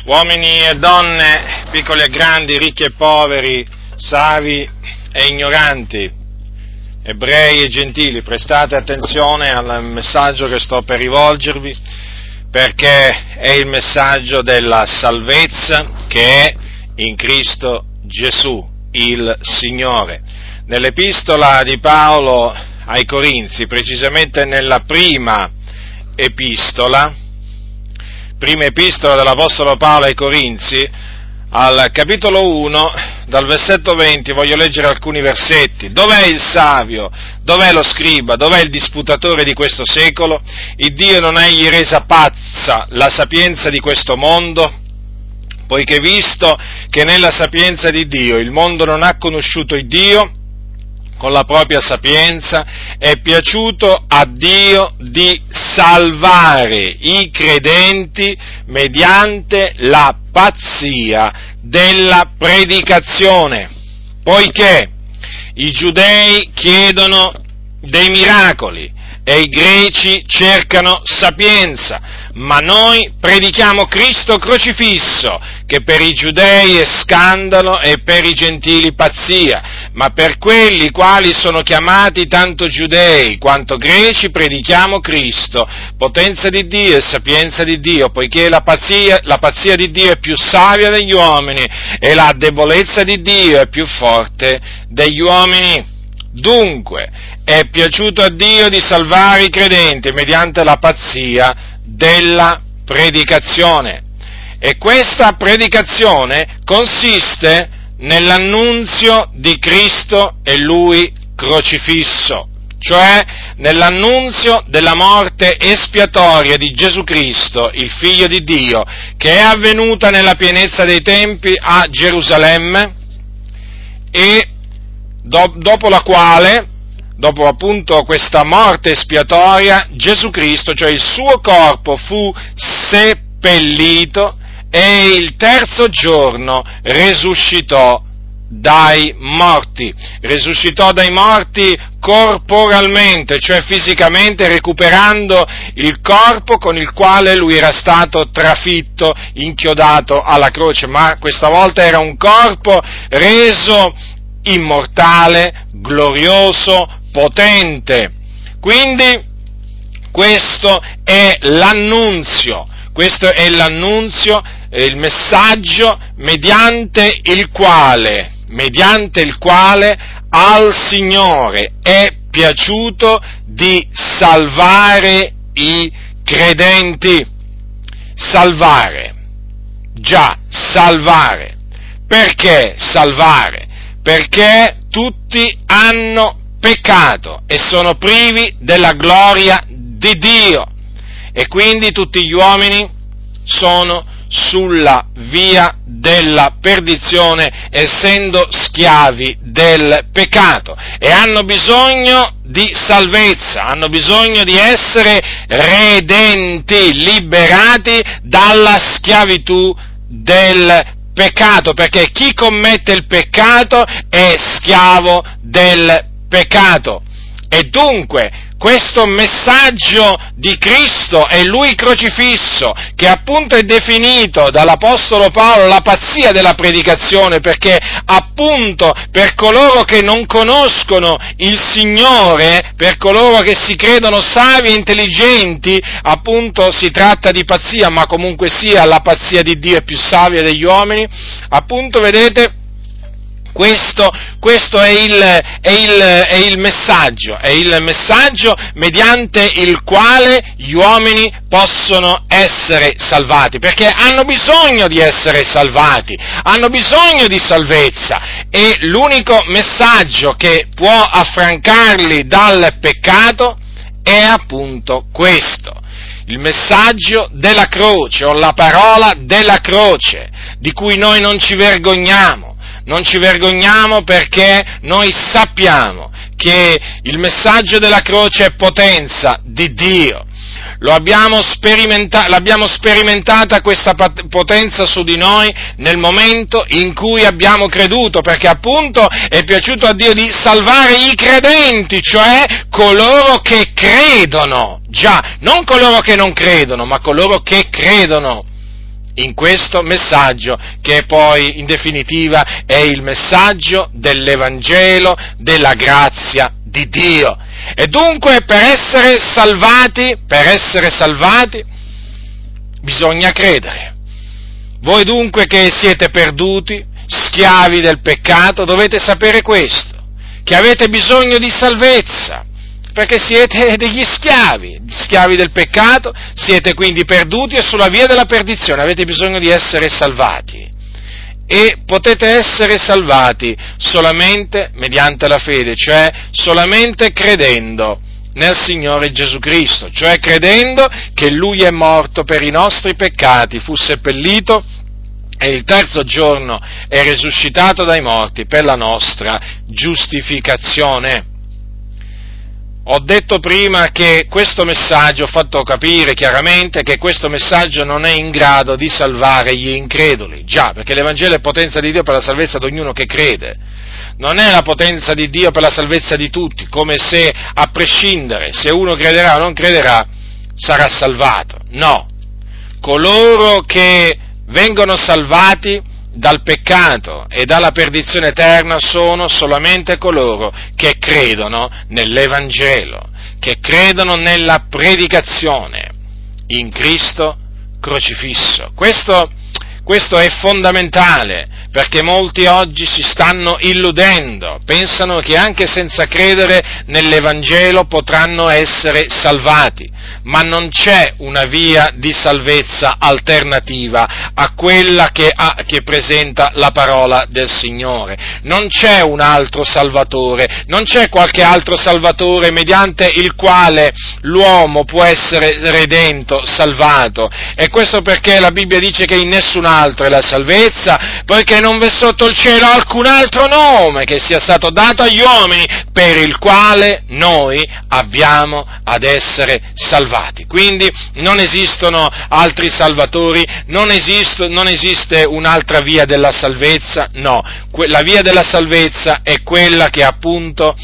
uomini e donne, piccoli e grandi, ricchi e poveri, savi e ignoranti, ebrei e gentili, prestate attenzione al messaggio che sto per rivolgervi, perché è il messaggio della salvezza che è in Cristo Gesù, il Signore. Nell'epistola di Paolo ai Corinzi, precisamente nella prima epistola dell'Apostolo Paolo ai Corinzi, al capitolo 1, dal versetto 20, voglio leggere alcuni versetti. Dov'è il savio? Dov'è lo scriba? Dov'è il disputatore di questo secolo? Il Dio non ha egli resa pazza la sapienza di questo mondo? Poiché visto che nella sapienza di Dio il mondo non ha conosciuto il Dio, con la propria sapienza, è piaciuto a Dio di salvare i credenti mediante la pazzia della predicazione, poiché i giudei chiedono dei miracoli e i greci cercano sapienza, ma noi predichiamo Cristo crocifisso, che per i giudei è scandalo e per i gentili pazzia, ma per quelli quali sono chiamati tanto giudei quanto greci predichiamo Cristo, potenza di Dio e sapienza di Dio, poiché la pazzia di Dio è più savia degli uomini e la debolezza di Dio è più forte degli uomini. Dunque, è piaciuto a Dio di salvare i credenti mediante la pazzia della predicazione. E questa predicazione consiste nell'annunzio di Cristo e Lui crocifisso, cioè nell'annunzio della morte espiatoria di Gesù Cristo, il Figlio di Dio, che è avvenuta nella pienezza dei tempi a Gerusalemme e dopo la quale, dopo appunto questa morte espiatoria, Gesù Cristo, cioè il suo corpo, fu seppellito e il terzo giorno risuscitò dai morti corporalmente, cioè fisicamente, recuperando il corpo con il quale lui era stato trafitto, inchiodato alla croce, ma questa volta era un corpo reso immortale, glorioso, potente. Quindi questo è l'annunzio, il messaggio mediante il quale al Signore è piaciuto di salvare i credenti. Salvare. Perché salvare? Perché tutti hanno peccato e sono privi della gloria di Dio, e quindi tutti gli uomini sono sulla via della perdizione, essendo schiavi del peccato, e hanno bisogno di salvezza, hanno bisogno di essere redenti, liberati dalla schiavitù del peccato, perché chi commette il peccato è schiavo del peccato. E dunque questo messaggio di Cristo e Lui crocifisso, che appunto è definito dall'Apostolo Paolo la pazzia della predicazione, perché appunto per coloro che non conoscono il Signore, per coloro che si credono savi e intelligenti, appunto si tratta di pazzia, ma comunque sia la pazzia di Dio è più savia degli uomini, appunto vedete. Questo è il messaggio mediante il quale gli uomini possono essere salvati, perché hanno bisogno di essere salvati, hanno bisogno di salvezza, e l'unico messaggio che può affrancarli dal peccato è appunto questo. Il messaggio della croce, o la parola della croce, di cui noi non ci vergogniamo. Non ci vergogniamo perché noi sappiamo che il messaggio della croce è potenza di Dio. L'abbiamo sperimentata questa potenza su di noi nel momento in cui abbiamo creduto, perché appunto è piaciuto a Dio di salvare i credenti, cioè coloro che credono, non coloro che non credono, ma coloro che credono. in questo messaggio, che poi in definitiva è il messaggio dell'Evangelo della grazia di Dio. E dunque per essere salvati, bisogna credere. Voi dunque che siete perduti, schiavi del peccato, dovete sapere questo, che avete bisogno di salvezza, perché siete degli schiavi del peccato, siete quindi perduti e sulla via della perdizione, avete bisogno di essere salvati. E potete essere salvati solamente mediante la fede, cioè solamente credendo nel Signore Gesù Cristo, cioè credendo che Lui è morto per i nostri peccati, fu seppellito e il terzo giorno è risuscitato dai morti per la nostra giustificazione. Ho detto prima che questo messaggio, ho fatto capire chiaramente che questo messaggio non è in grado di salvare gli increduli, già, perché l'Evangelo è potenza di Dio per la salvezza di ognuno che crede. Non è la potenza di Dio per la salvezza di tutti, come se a prescindere, se uno crederà o non crederà, sarà salvato. No, coloro che vengono salvati dal peccato e dalla perdizione eterna sono solamente coloro che credono nell'Evangelo, che credono nella predicazione in Cristo crocifisso. Questo è fondamentale, perché molti oggi si stanno illudendo, pensano che anche senza credere nell'Evangelo potranno essere salvati, ma non c'è una via di salvezza alternativa a quella che presenta la parola del Signore. Non c'è un altro Salvatore, non c'è qualche altro Salvatore mediante il quale l'uomo può essere redento, salvato, e questo perché la Bibbia dice che in nessun altro è la salvezza, poiché non v'è sotto il cielo alcun altro nome che sia stato dato agli uomini per il quale noi abbiamo ad essere salvati. Quindi non esistono altri salvatori, non esiste un'altra via della salvezza, no, la via della salvezza è quella che appunto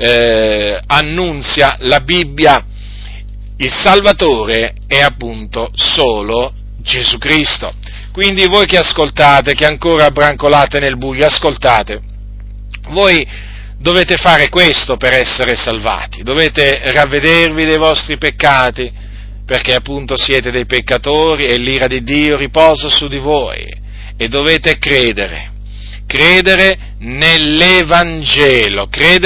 annunzia la Bibbia. Il Salvatore è appunto solo Gesù Cristo. Quindi voi che ascoltate, che ancora brancolate nel buio, ascoltate, voi dovete fare questo per essere salvati, dovete ravvedervi dei vostri peccati, perché appunto siete dei peccatori e l'ira di Dio riposa su di voi, e dovete credere nell'Evangelo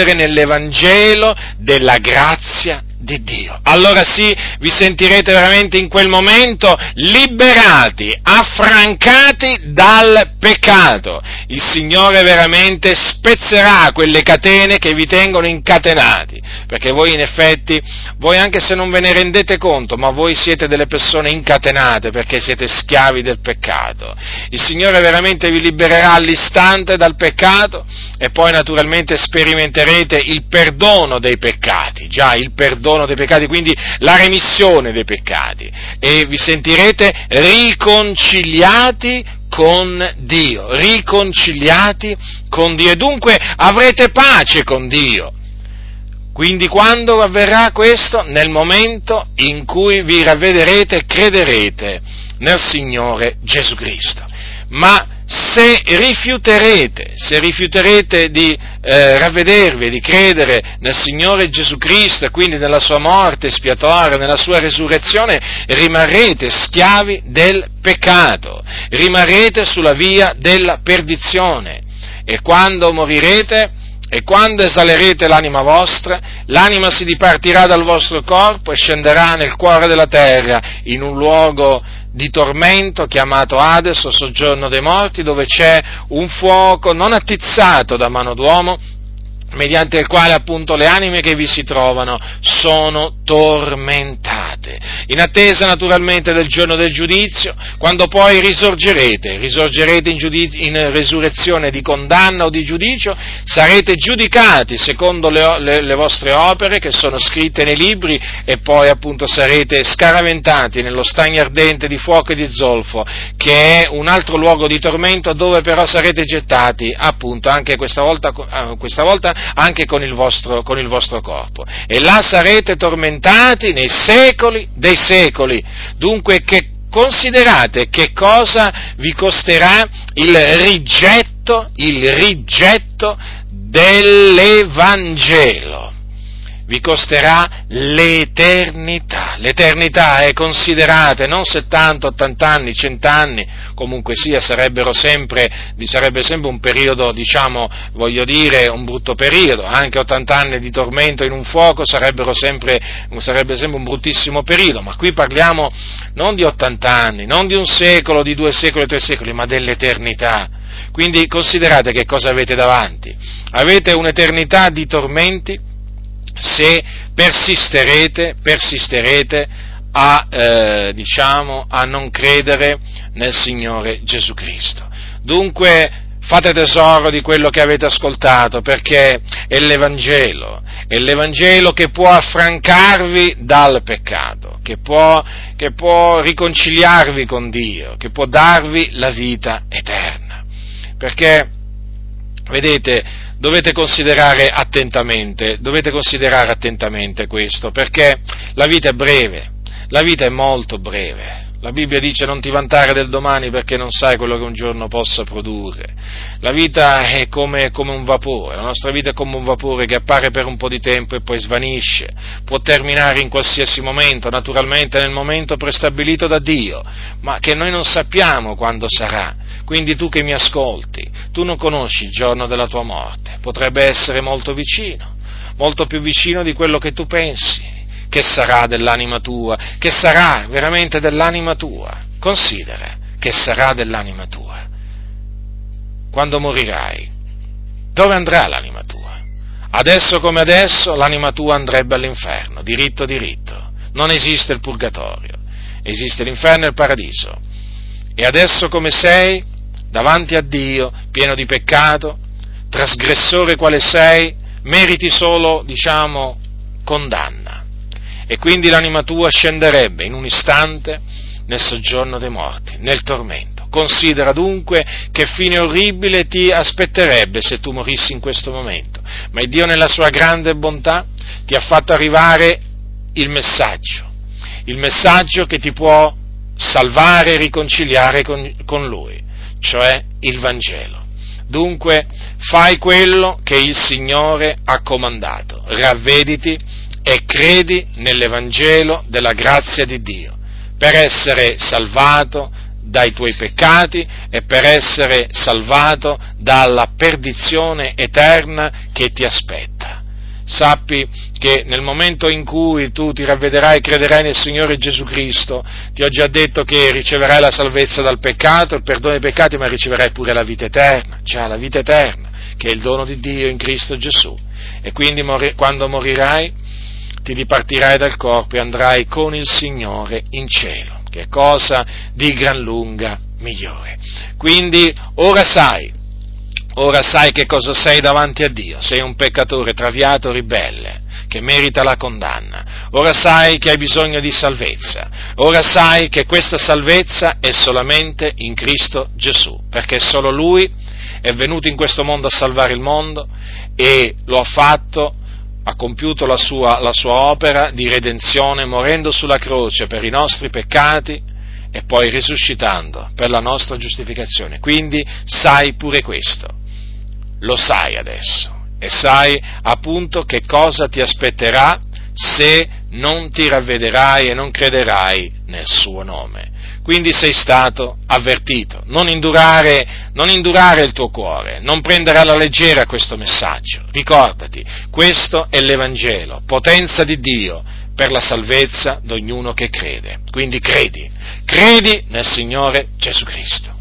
della grazia di Dio. Allora sì, vi sentirete veramente in quel momento liberati, affrancati dal peccato. Il Signore veramente spezzerà quelle catene che vi tengono incatenati, perché voi in effetti, voi anche se non ve ne rendete conto, ma voi siete delle persone incatenate perché siete schiavi del peccato. Il Signore veramente vi libererà all'istante dal peccato e poi naturalmente sperimenterete il perdono dei peccati, già il perdono dei peccati, quindi la remissione dei peccati, e vi sentirete riconciliati con Dio, e dunque avrete pace con Dio. Quindi quando avverrà questo? Nel momento in cui vi ravvederete e crederete nel Signore Gesù Cristo. Ma se rifiuterete di ravvedervi e di credere nel Signore Gesù Cristo e quindi nella sua morte espiatoria, nella sua resurrezione, rimarrete schiavi del peccato, rimarrete sulla via della perdizione, e quando morirete e quando esalerete l'anima vostra, l'anima si dipartirà dal vostro corpo e scenderà nel cuore della terra, in un luogo di tormento chiamato Hades, o soggiorno dei morti, dove c'è un fuoco non attizzato da mano d'uomo, mediante il quale appunto le anime che vi si trovano sono tormentate, in attesa naturalmente del giorno del giudizio, quando poi risorgerete in resurrezione di condanna o di giudicio, sarete giudicati secondo le vostre opere che sono scritte nei libri, e poi appunto sarete scaraventati nello stagno ardente di fuoco e di zolfo, che è un altro luogo di tormento, dove però sarete gettati appunto anche questa volta anche con il vostro corpo, e là sarete tormentati nei secoli dei secoli. Dunque che considerate che cosa vi costerà il rigetto dell'Evangelo. Vi costerà l'eternità. L'eternità, considerate, non 70, 80 anni, 100 anni, comunque sia, sarebbe sempre un periodo, un brutto periodo. Anche 80 anni di tormento in un fuoco sarebbe sempre un bruttissimo periodo, ma qui parliamo non di 80 anni, non di un secolo, di 2 secoli, 3 secoli, ma dell'eternità. Quindi considerate che cosa avete davanti. Avete un'eternità di tormenti se persisterete a non credere nel Signore Gesù Cristo. Dunque fate tesoro di quello che avete ascoltato, perché è l'Evangelo che può affrancarvi dal peccato, che può riconciliarvi con Dio, che può darvi la vita eterna. Perché, vedete, dovete considerare attentamente questo, perché la vita è breve, la vita è molto breve. La Bibbia dice: non ti vantare del domani, perché non sai quello che un giorno possa produrre. La vita è come un vapore, la nostra vita è come un vapore che appare per un po' di tempo e poi svanisce, può terminare in qualsiasi momento, naturalmente nel momento prestabilito da Dio, ma che noi non sappiamo quando sarà. Quindi tu che mi ascolti, tu non conosci il giorno della tua morte, potrebbe essere molto vicino, molto più vicino di quello che tu pensi. Che sarà dell'anima tua? Che sarà veramente dell'anima tua? Considera che sarà dell'anima tua. Quando morirai, dove andrà l'anima tua? Adesso come adesso l'anima tua andrebbe all'inferno, diritto. Non esiste il purgatorio, esiste l'inferno e il paradiso. E adesso come sei, davanti a Dio, pieno di peccato, trasgressore quale sei, meriti solo, condanna. E quindi l'anima tua scenderebbe in un istante nel soggiorno dei morti, nel tormento. Considera dunque che fine orribile ti aspetterebbe se tu morissi in questo momento. Ma il Dio nella sua grande bontà ti ha fatto arrivare il messaggio che ti può salvare e riconciliare con Lui, cioè il Vangelo. Dunque fai quello che il Signore ha comandato, ravvediti e credi nell'Evangelo della grazia di Dio, per essere salvato dai tuoi peccati e per essere salvato dalla perdizione eterna che ti aspetta. Sappi che nel momento in cui tu ti ravvederai e crederai nel Signore Gesù Cristo, ti ho già detto che riceverai la salvezza dal peccato, il perdono dei peccati, ma riceverai pure la vita eterna, la vita eterna, che è il dono di Dio in Cristo Gesù. E quindi quando morirai, ti dipartirai dal corpo e andrai con il Signore in cielo, che è cosa di gran lunga migliore. Quindi ora sai che cosa sei davanti a Dio, sei un peccatore traviato, ribelle, che merita la condanna. Ora sai che hai bisogno di salvezza, ora sai che questa salvezza è solamente in Cristo Gesù, perché solo Lui è venuto in questo mondo a salvare il mondo e lo ha fatto, ha compiuto la sua opera di redenzione morendo sulla croce per i nostri peccati e poi risuscitando per la nostra giustificazione. Quindi sai pure questo, lo sai adesso e sai appunto che cosa ti aspetterà se non ti ravvederai e non crederai nel suo nome. Quindi sei stato avvertito, non indurare il tuo cuore, non prendere alla leggera questo messaggio. Ricordati, questo è l'Evangelo, potenza di Dio per la salvezza di ognuno che crede. Quindi credi nel Signore Gesù Cristo.